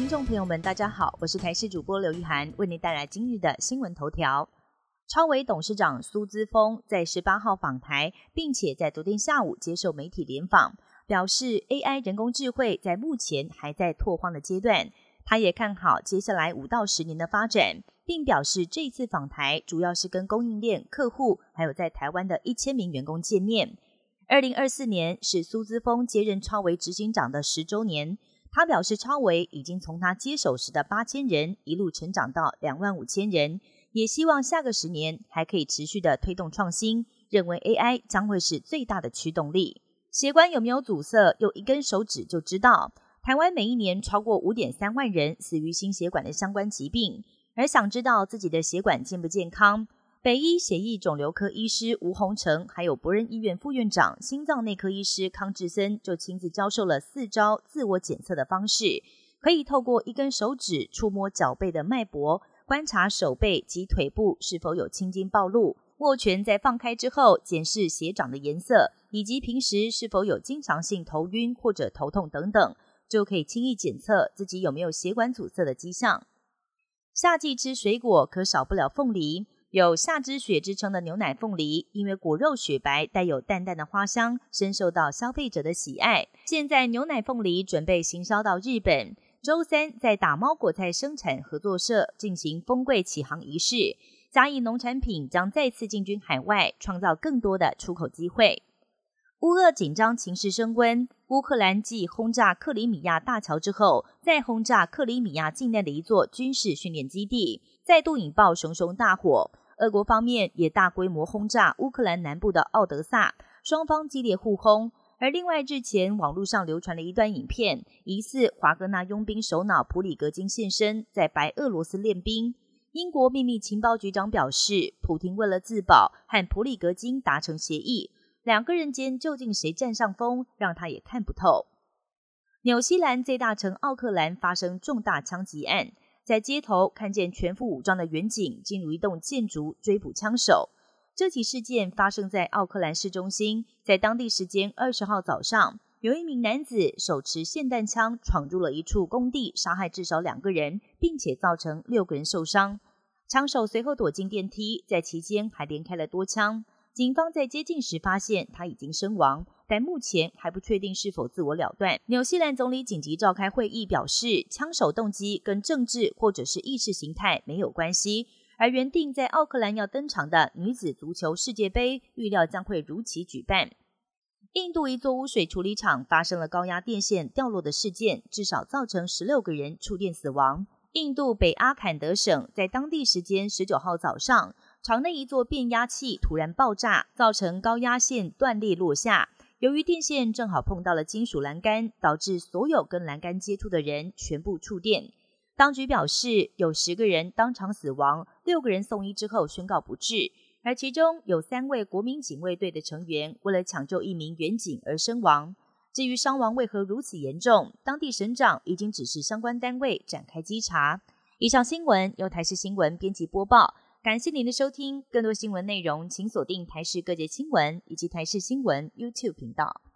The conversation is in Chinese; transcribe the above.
众朋友们大家好，我是台视主播刘玉涵，为您带来今日的新闻头条。超微董事长苏姿丰在18号访台，并且在昨天下午接受媒体联访，表示 AI 人工智慧在目前还在拓荒的阶段，他也看好接下来5到10年的发展，并表示这次访台主要是跟供应链、客户还有在台湾的1000名员工见面。2024年是苏姿丰接任超微执行长的10周年，他表示超微已经从他接手时的8000人一路成长到25000人，也希望下个10年还可以持续的推动创新，认为 AI 将会是最大的驱动力。血管有没有阻塞，用一根手指就知道。台湾每一年超过5.3万人死于心血管的相关疾病，而想知道自己的血管健不健康，北医血液肿瘤科医师吴宏成，还有博仁医院副院长、心脏内科医师康志森就亲自教授了4招自我检测的方式，可以透过一根手指触摸脚背的脉搏，观察手背及腿部是否有青筋暴露，握拳在放开之后检视血掌的颜色，以及平时是否有经常性头晕或者头痛等等，就可以轻易检测自己有没有血管阻塞的迹象。夏季吃水果可少不了凤梨，有夏之雪之称的牛奶凤梨，因为果肉雪白，带有淡淡的花香，深受到消费者的喜爱。现在牛奶凤梨准备行销到日本，周三在打猫果菜生产合作社进行丰柜启航仪式，嘉义农产品将再次进军海外，创造更多的出口机会。乌俄紧张情势升温，乌克兰继轰炸克里米亚大桥之后，再轰炸克里米亚境内的一座军事训练基地，再度引爆熊熊大火。俄国方面也大规模轰炸乌克兰南部的奥德萨，双方激烈互轰。而另外日前网络上流传了一段影片，疑似华格纳佣兵首脑普里格金现身，在白俄罗斯练兵。英国秘密情报局长表示，普廷为了自保和普里格金达成协议，两个人间究竟谁占上风，让他也看不透。纽西兰最大城奥克兰发生重大枪击案，在街头看见全副武装的远警进入一栋建筑追捕枪手。这起事件发生在奥克兰市中心，在当地时间20号早上，有一名男子手持霰弹枪闯入了一处工地，杀害至少2个人，并且造成6个人受伤。枪手随后躲进电梯，在期间还连开了多枪。警方在接近时发现他已经身亡，但目前还不确定是否自我了断。纽西兰总理紧急召开会议表示，枪手动机跟政治或者是意识形态没有关系，而原定在奥克兰要登场的女子足球世界杯预料将会如期举办。印度一座污水处理厂发生了高压电线掉落的事件，至少造成16个人触电死亡。印度北阿坎德省在当地时间19号早上，厂内一座变压器突然爆炸，造成高压线断裂落下。由于电线正好碰到了金属栏杆，导致所有跟栏杆接触的人全部触电。当局表示，有10个人当场死亡，6个人送医之后宣告不治，而其中有3位国民警卫队的成员为了抢救一名远警而身亡。至于伤亡为何如此严重，当地省长已经指示相关单位展开稽查。以上新闻由台视新闻编辑播报，感谢您的收听。更多新闻内容请锁定台视各界新闻以及台视新闻 YouTube 频道。